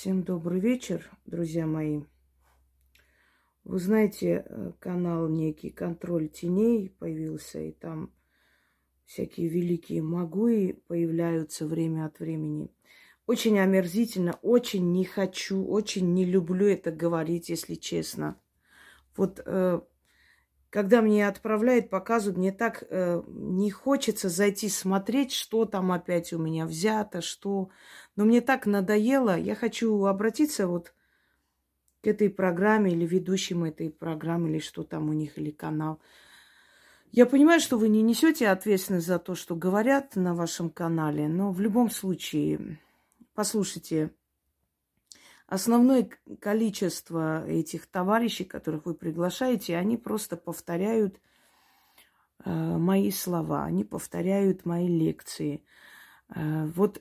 Всем добрый вечер, друзья мои. Вы знаете, канал некий «Контроль теней» появился, и там всякие великие магуи появляются время от времени. Очень омерзительно, очень не хочу, очень не люблю это говорить, если честно. Вот когда мне отправляют, показывают, мне так не хочется зайти смотреть, что там опять у меня взято, что... Но мне так надоело. Я хочу обратиться вот к этой программе или ведущим этой программы, или что там у них, или канал. Я понимаю, что вы не несете ответственность за то, что говорят на вашем канале, но в любом случае, послушайте, основное количество этих товарищей, которых вы приглашаете, они просто повторяют мои слова, они повторяют мои лекции. Вот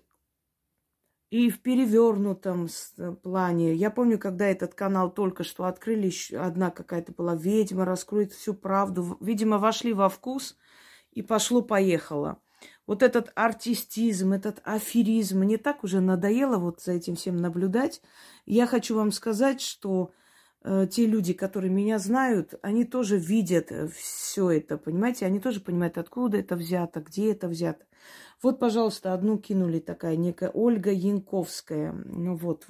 и в перевернутом плане. Я помню, когда этот канал только что открыли, еще одна какая-то была ведьма, раскроет всю правду. Видимо, вошли во вкус и пошло-поехало. Вот этот артистизм, этот аферизм, мне так уже надоело вот за этим всем наблюдать. Я хочу вам сказать, что те люди, которые меня знают, они тоже видят все это, понимаете? Они тоже понимают, откуда это взято, где это взято. Вот, пожалуйста, одну кинули, такая некая Ольга Янковская. Ну вот.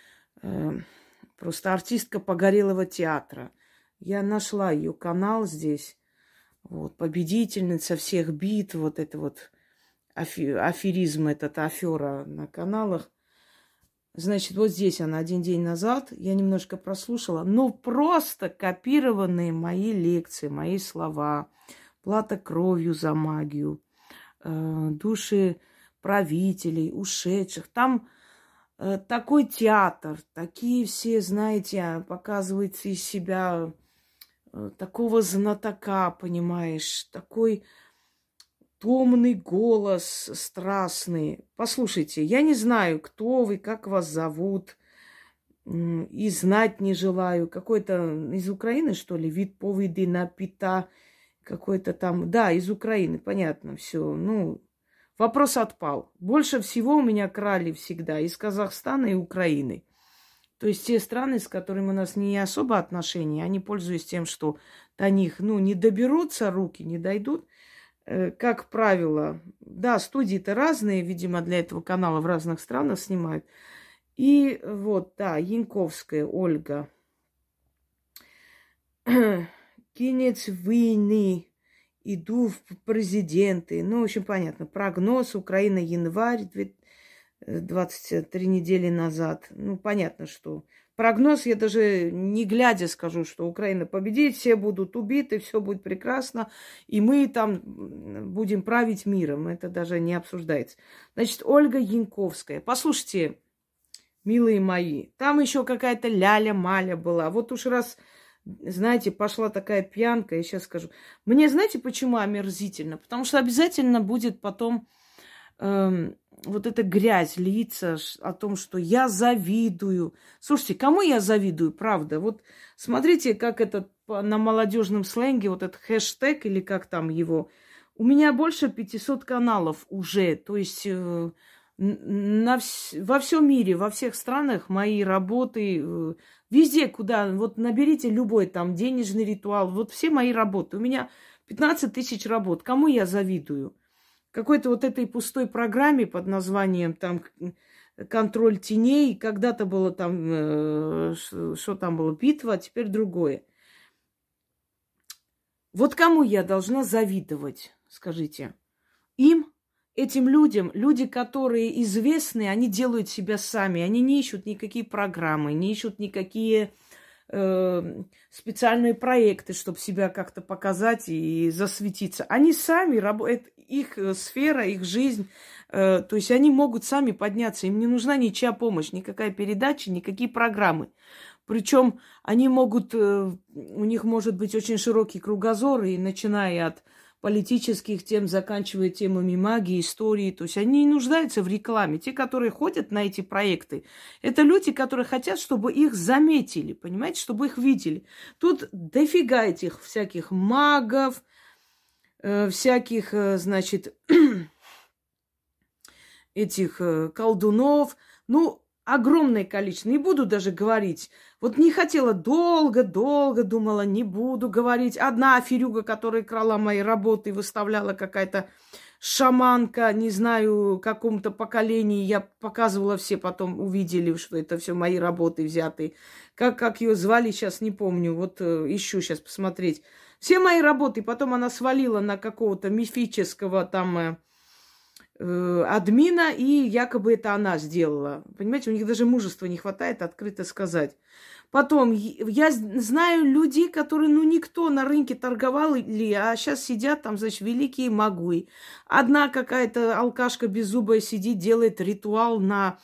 Просто артистка Погорелого театра. Я нашла ее канал здесь. Вот, победительница всех битв, вот это вот аферизм, этот афера на каналах. Значит, вот здесь она один день назад, я немножко прослушала, но просто копированные мои лекции, мои слова. Плата кровью за магию, души правителей, ушедших. Там такой театр, такие все, знаете, показывается из себя такого знатока, понимаешь, такой томный голос, страстный. Послушайте, я не знаю, кто вы, как вас зовут, и знать не желаю. Какой-то из Украины, что ли, відповіді на пита, какой-то там, да, из Украины, понятно, все. Ну, вопрос отпал. Больше всего у меня крали всегда из Казахстана и Украины. То есть те страны, с которыми у нас не особо отношения, они пользуются тем, что до них, не доберутся руки, не дойдут. Как правило, да, студии-то разные, видимо, для этого канала в разных странах снимают. И вот, да, Янковская Ольга. Кинец войны, иду в президенты. Ну, в общем, понятно. Прогноз Украина, январь, 23 недели назад. Ну, понятно, что... Прогноз, я даже не глядя скажу, что Украина победит, все будут убиты, все будет прекрасно, и мы там будем править миром. Это даже не обсуждается. Значит, Ольга Янковская. Послушайте, милые мои, там еще какая-то ляля-маля была. Вот уж раз, знаете, пошла такая пьянка, я сейчас скажу. Мне, знаете, почему омерзительно? Потому что обязательно будет потом... вот эта грязь льется о том, что я завидую. Слушайте, кому я завидую, правда? Вот смотрите, как это на молодежном сленге, вот этот хэштег или как там его. У меня больше 500 каналов уже. То есть во всем мире, во всех странах мои работы, везде, куда, вот наберите любой там денежный ритуал, вот все мои работы. У меня 15 тысяч работ. Кому я завидую? Какой-то вот этой пустой программе под названием там «Контроль теней». Когда-то было там, что там было, битва, а теперь другое. Вот кому я должна завидовать, скажите? Им, этим людям, люди, которые известны, они делают себя сами. Они не ищут никакие программы, не ищут никакие... специальные проекты, чтобы себя как-то показать и засветиться. Они сами работают, их сфера, их жизнь, то есть они могут сами подняться, им не нужна ничья помощь, никакая передача, никакие программы. Причем они могут, у них может быть очень широкий кругозор, и начиная от политических тем, заканчивая темами магии, истории. То есть они не нуждаются в рекламе. Те, которые ходят на эти проекты, это люди, которые хотят, чтобы их заметили, понимаете, чтобы их видели. Тут дофига этих всяких магов, всяких, значит, этих колдунов. Ну, огромное количество. Не буду даже говорить. Вот не хотела долго-долго, думала, не буду говорить. Одна аферюга, которая крала мои работы, выставляла какая-то шаманка, не знаю, каком-то поколении. Я показывала, все потом увидели, что это все мои работы взятые. Как ее звали, сейчас не помню. Вот ищу сейчас посмотреть. Все мои работы. Потом она свалила на какого-то мифического там админа, и якобы это она сделала. Понимаете, у них даже мужества не хватает открыто сказать. Потом, я знаю людей, которые, никто на рынке торговал, а сейчас сидят там, значит, великие магуи. Одна какая-то алкашка беззубая сидит, делает ритуал на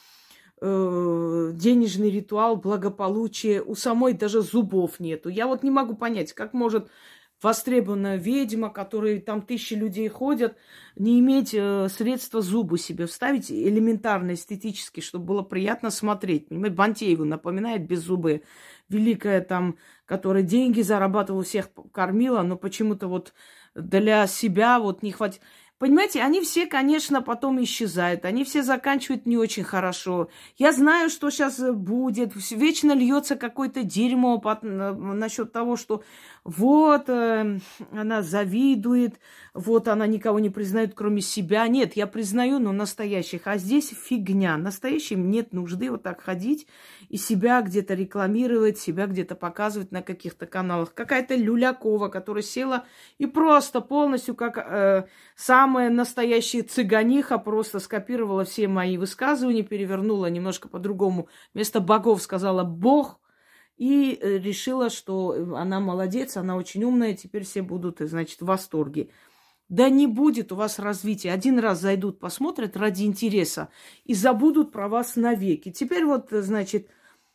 денежный ритуал благополучия. У самой даже зубов нету. Я вот не могу понять, как может востребованная ведьма, которые там 1000 людей ходят, не иметь средства зубы себе вставить элементарно, эстетически, чтобы было приятно смотреть. Понимаете, Бантееву напоминает беззубая, великая там, которая деньги зарабатывала, всех кормила, но почему-то вот для себя вот не хватит. Понимаете, они все, конечно, потом исчезают. Они все заканчивают не очень хорошо. Я знаю, что сейчас будет. Вечно льется какое-то дерьмо насчет того, что вот она завидует, вот она никого не признает, кроме себя. Нет, я признаю, но настоящих. А здесь фигня. Настоящим нет нужды вот так ходить и себя где-то рекламировать, себя где-то показывать на каких-то каналах. Какая-то Люлякова, которая села и просто полностью как самая настоящая цыганиха просто скопировала все мои высказывания, перевернула немножко по-другому. Вместо богов сказала «бог», и решила, что она молодец, она очень умная, теперь все будут, значит, в восторге. Да не будет у вас развития. Один раз зайдут, посмотрят ради интереса и забудут про вас навеки. Теперь вот, значит,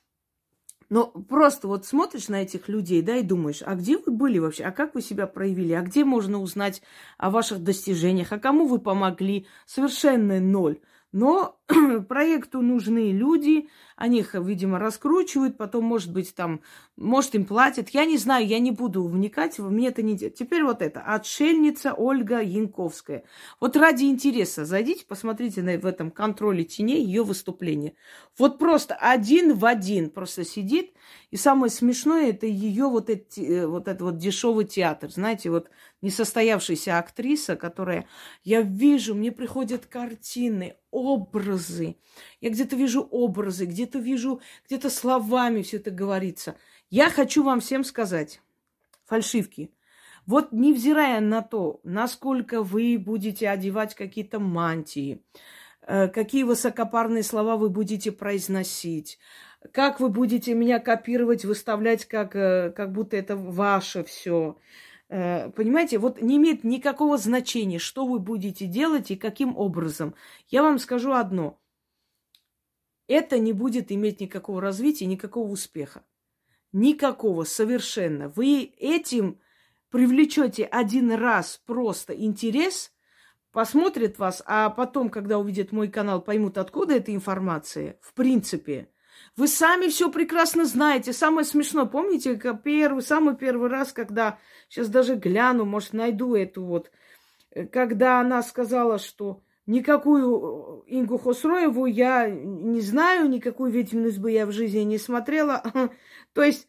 просто вот смотришь на этих людей, да, и думаешь, а где вы были вообще? А как вы себя проявили? А где можно узнать о ваших достижениях? А кому вы помогли? Совершенно ноль. Но проекту нужны люди, они их, видимо, раскручивают, потом, может быть, там, может, им платят. Я не знаю, я не буду вникать, мне это не делать. Теперь вот это, отшельница Ольга Янковская. Вот ради интереса зайдите, посмотрите в этом «Контроле теней» ее выступление. Вот просто один в один просто сидит, и самое смешное, это ее вот этот дешевый театр. Знаете, вот несостоявшаяся актриса, которая, я вижу, мне приходят картины, образы. Я где-то вижу образы, где-то словами все это говорится. Я хочу вам всем сказать, фальшивки, вот невзирая на то, насколько вы будете одевать какие-то мантии, какие высокопарные слова вы будете произносить, как вы будете меня копировать, выставлять, как будто это ваше все. Понимаете, вот не имеет никакого значения, что вы будете делать и каким образом. Я вам скажу одно. Это не будет иметь никакого развития, никакого успеха. Никакого совершенно. Вы этим привлечете один раз просто интерес, посмотрят вас, а потом, когда увидят мой канал, поймут, откуда эта информация, в принципе. Вы сами все прекрасно знаете. Самое смешное, помните, самый первый раз, когда, сейчас даже гляну, может, найду эту вот, когда она сказала, что никакую Ингу Хосроеву я не знаю, никакую ведьмину избу я в жизни не смотрела. То есть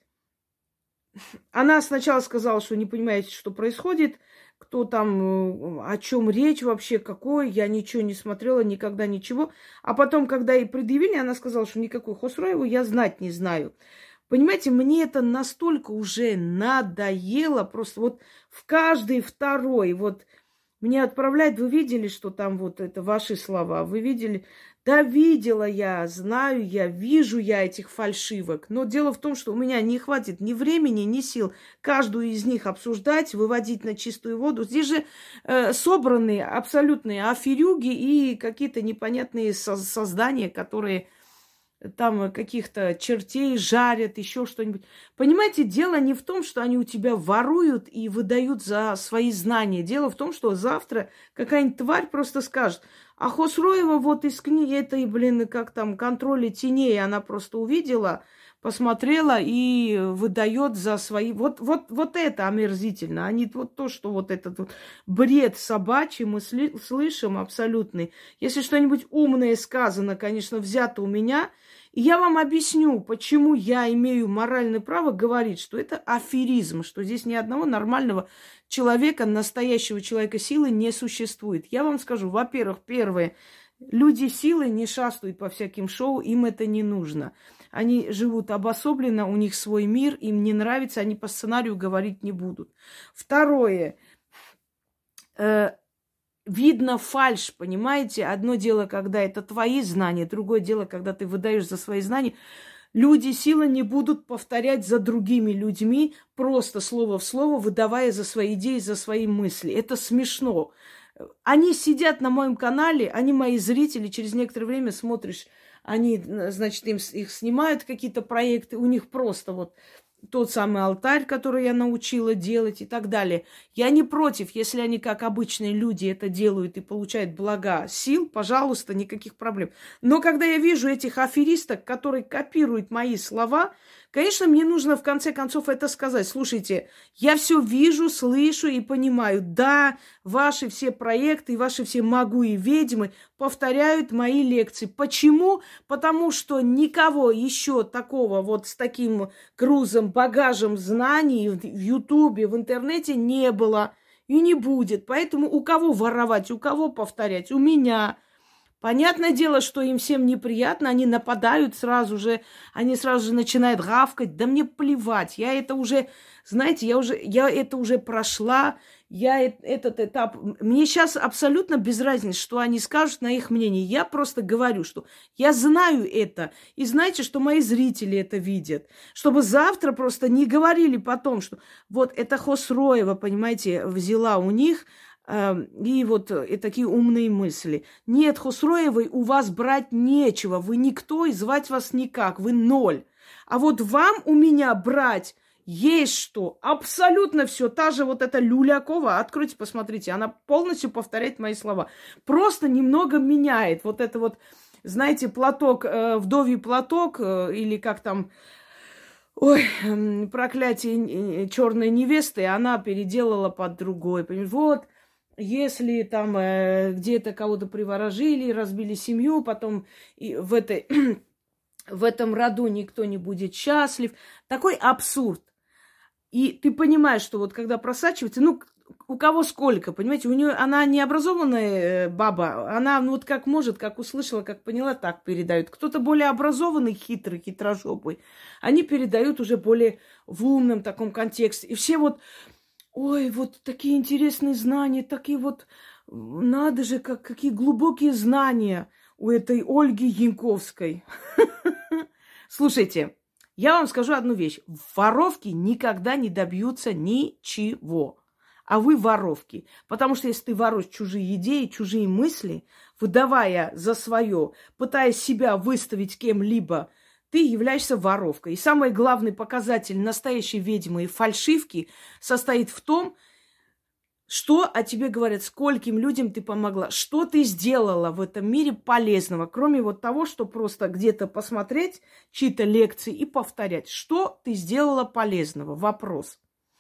она сначала сказала, что не понимаете, что происходит, кто там, о чем речь вообще, какой, я ничего не смотрела, никогда ничего. А потом, когда ей предъявили, она сказала, что никакой Хосроеву я знать не знаю. Понимаете, мне это настолько уже надоело, просто вот в каждый второй, вот мне отправляют, вы видели, что там вот это ваши слова, вы видели? Да, видела я, знаю я, вижу я этих фальшивок. Но дело в том, что у меня не хватит ни времени, ни сил каждую из них обсуждать, выводить на чистую воду. Здесь же собраны абсолютные аферюги и какие-то непонятные создания, которые там каких-то чертей жарят, еще что-нибудь. Понимаете, дело не в том, что они у тебя воруют и выдают за свои знания. Дело в том, что завтра какая-нибудь тварь просто скажет, а Хосроева вот из книги этой, как там, «Контроля теней», она просто увидела, посмотрела и выдает за свои... Вот это омерзительно, а не вот то, что вот этот вот бред собачий мы слышим абсолютный. Если что-нибудь умное сказано, конечно, взято у меня, И я вам объясню, почему я имею моральное право говорить, что это аферизм, что здесь ни одного нормального человека, настоящего человека силы не существует. Я вам скажу, во-первых, первое, люди силы не шастают по всяким шоу, им это не нужно. Они живут обособленно, у них свой мир, им не нравится, они по сценарию говорить не будут. Второе, видно фальшь, понимаете? Одно дело, когда это твои знания, другое дело, когда ты выдаешь за свои знания. Люди силы не будут повторять за другими людьми, просто слово в слово, выдавая за свои идеи, за свои мысли. Это смешно. Они сидят на моем канале, они мои зрители, через некоторое время смотришь, они, значит, их снимают какие-то проекты, у них просто вот тот самый алтарь, который я научила делать и так далее. Я не против, если они, как обычные люди, это делают и получают блага сил, пожалуйста, никаких проблем. Но когда я вижу этих аферисток, которые копируют мои слова, конечно, мне нужно в конце концов это сказать. Слушайте, я все вижу, слышу и понимаю. Да, ваши все проекты, ваши все магу и ведьмы повторяют мои лекции. Почему? Потому что никого еще такого вот с таким грузом, багажем знаний в Ютубе, в интернете не было и не будет. Поэтому у кого воровать, у кого повторять? У меня. Понятное дело, что им всем неприятно, они нападают сразу же, они сразу же начинают гавкать. Да мне плевать, я это уже, знаете, я это уже прошла, этот этап. Мне сейчас абсолютно без разницы, что они скажут на их мнение. Я просто говорю, что я знаю это, и знаете, что мои зрители это видят. Чтобы завтра просто не говорили потом, что вот это Хосроева, понимаете, взяла у них... И вот и такие умные мысли. Нет, Хосроевой у вас брать нечего. Вы никто и звать вас никак. Вы ноль. А вот вам у меня брать есть что. Абсолютно все. Та же вот эта Люлякова. Откройте, посмотрите. Она полностью повторяет мои слова. Просто немного меняет. Вот это вот, знаете, платок, вдовий платок или как там... Ой, проклятие черной невесты. Она переделала под другой. Вот... Если там где-то кого-то приворожили, разбили семью, потом и в этом роду никто не будет счастлив. Такой абсурд. И ты понимаешь, что вот когда просачивается, ну, у кого сколько, понимаете, у нее она необразованная баба, она ну, вот как может, как услышала, как поняла, так передают. Кто-то более образованный, хитрый, хитрожопый, они передают уже более в умном таком контексте. И все вот... Ой, вот такие интересные знания, такие вот, надо же, какие глубокие знания у этой Ольги Янковской. Слушайте, я вам скажу одну вещь. Воровки никогда не добьются ничего. А вы воровки. Потому что если ты воруешь чужие идеи, чужие мысли, выдавая за свое, пытаясь себя выставить кем-либо, ты являешься воровкой. И самый главный показатель настоящей ведьмы и фальшивки состоит в том, что о тебе говорят, скольким людям ты помогла, что ты сделала в этом мире полезного, кроме вот того, что просто где-то посмотреть чьи-то лекции и повторять. Что ты сделала полезного? Вопрос.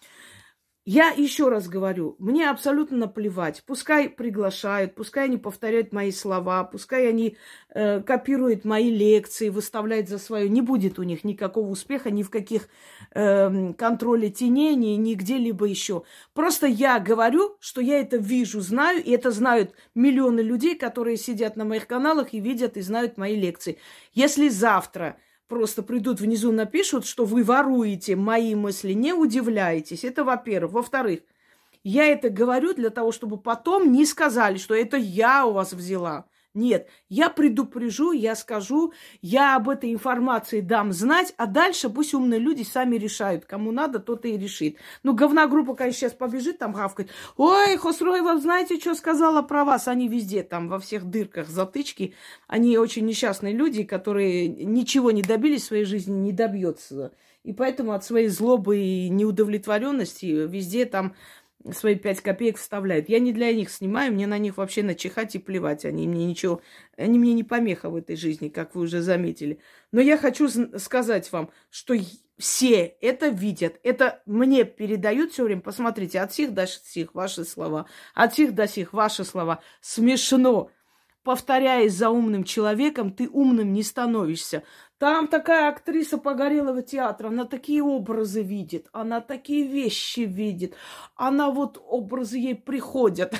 Я еще раз говорю, мне абсолютно наплевать. Пускай приглашают, пускай они повторяют мои слова, пускай они копируют мои лекции, выставляют за свое. Не будет у них никакого успеха ни в каких контроле теней, ни где-либо еще. Просто я говорю, что я это вижу, знаю, и это знают миллионы людей, которые сидят на моих каналах и видят и знают мои лекции. Если завтра... просто придут внизу, напишут, что вы воруете мои мысли, не удивляйтесь. Это во-первых. Во-вторых, я это говорю для того, чтобы потом не сказали, что это я у вас взяла. Нет, я предупрежу, я скажу, я об этой информации дам знать, а дальше пусть умные люди сами решают. Кому надо, тот и решит. Ну, говногруппа, конечно, сейчас побежит там гавкать. Ой, Хосроева, знаете, что сказала про вас? Они везде, там, во всех дырках затычки. Они очень несчастные люди, которые ничего не добились в своей жизни, не добьется. И поэтому от своей злобы и неудовлетворенности везде там... свои 5 копеек вставляют. Я не для них снимаю, мне на них вообще начихать и плевать. Они мне не помеха в этой жизни, как вы уже заметили. Но я хочу сказать вам, что все это видят. Это мне передают все время. Посмотрите, от сих до сих ваши слова, от сих до сих ваши слова. Смешно. Повторяясь за умным человеком, ты умным не становишься. Там такая актриса Погорелого театра, она такие образы видит, она такие вещи видит, она вот образы ей приходят.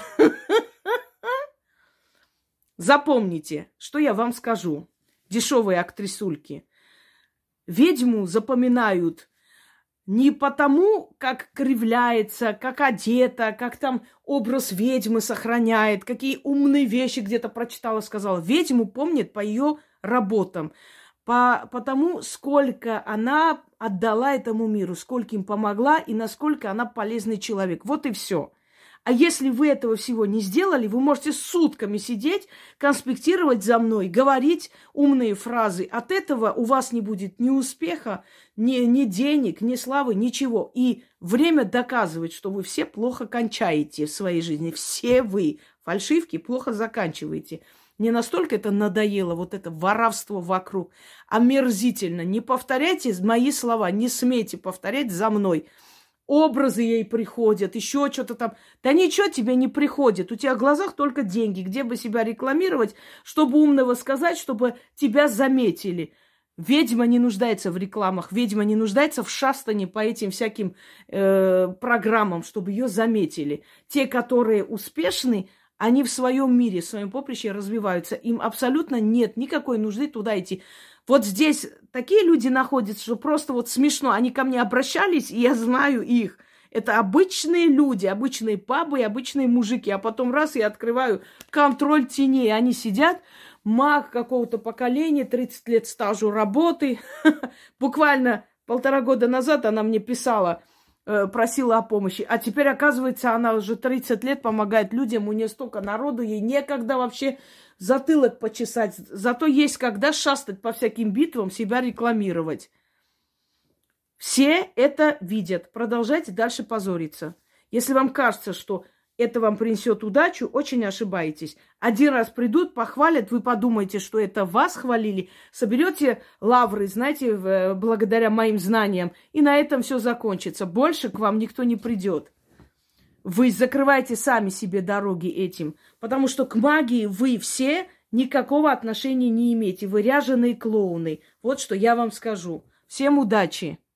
Запомните, что я вам скажу, дешевые актрисульки. Ведьму запоминают не потому, как кривляется, как одета, как там образ ведьмы сохраняет, какие умные вещи где-то прочитала, сказала. Ведьму помнят по ее работам, по тому, сколько она отдала этому миру, сколько им помогла и насколько она полезный человек. Вот и все. А если вы этого всего не сделали, вы можете сутками сидеть, конспектировать за мной, говорить умные фразы. От этого у вас не будет ни успеха, ни денег, ни славы, ничего. И время доказывает, что вы все плохо кончаете в своей жизни. Все вы, фальшивки, плохо заканчиваете. Мне настолько это надоело, вот это воровство вокруг. Омерзительно. Не повторяйте мои слова, не смейте повторять за мной. Образы ей приходят, еще что-то там. Да ничего тебе не приходит. У тебя в глазах только деньги. Где бы себя рекламировать, чтобы умного сказать, чтобы тебя заметили. Ведьма не нуждается в рекламах. Ведьма не нуждается в шастании по этим всяким программам, чтобы ее заметили. Те, которые успешны, они в своем мире, в своем поприще развиваются. Им абсолютно нет никакой нужды туда идти. Вот здесь такие люди находятся, что просто вот смешно. Они ко мне обращались, и я знаю их. Это обычные люди, обычные бабы и обычные мужики. А потом раз я открываю контроль теней. Они сидят, маг какого-то поколения, 30 лет стажу работы. Буквально 1,5 года назад она мне писала, просила о помощи. А теперь, оказывается, она уже 30 лет помогает людям. У нее столько народу, ей некогда вообще затылок почесать. Зато есть когда шастать по всяким битвам, себя рекламировать. Все это видят. Продолжайте дальше позориться. Если вам кажется, что это вам принесет удачу, очень ошибаетесь. Один раз придут, похвалят, вы подумаете, что это вас хвалили, соберете лавры, знаете, благодаря моим знаниям, и на этом все закончится. Больше к вам никто не придет. Вы закрываете сами себе дороги этим, потому что к магии вы все никакого отношения не имеете. Вы ряженые клоуны. Вот что я вам скажу. Всем удачи!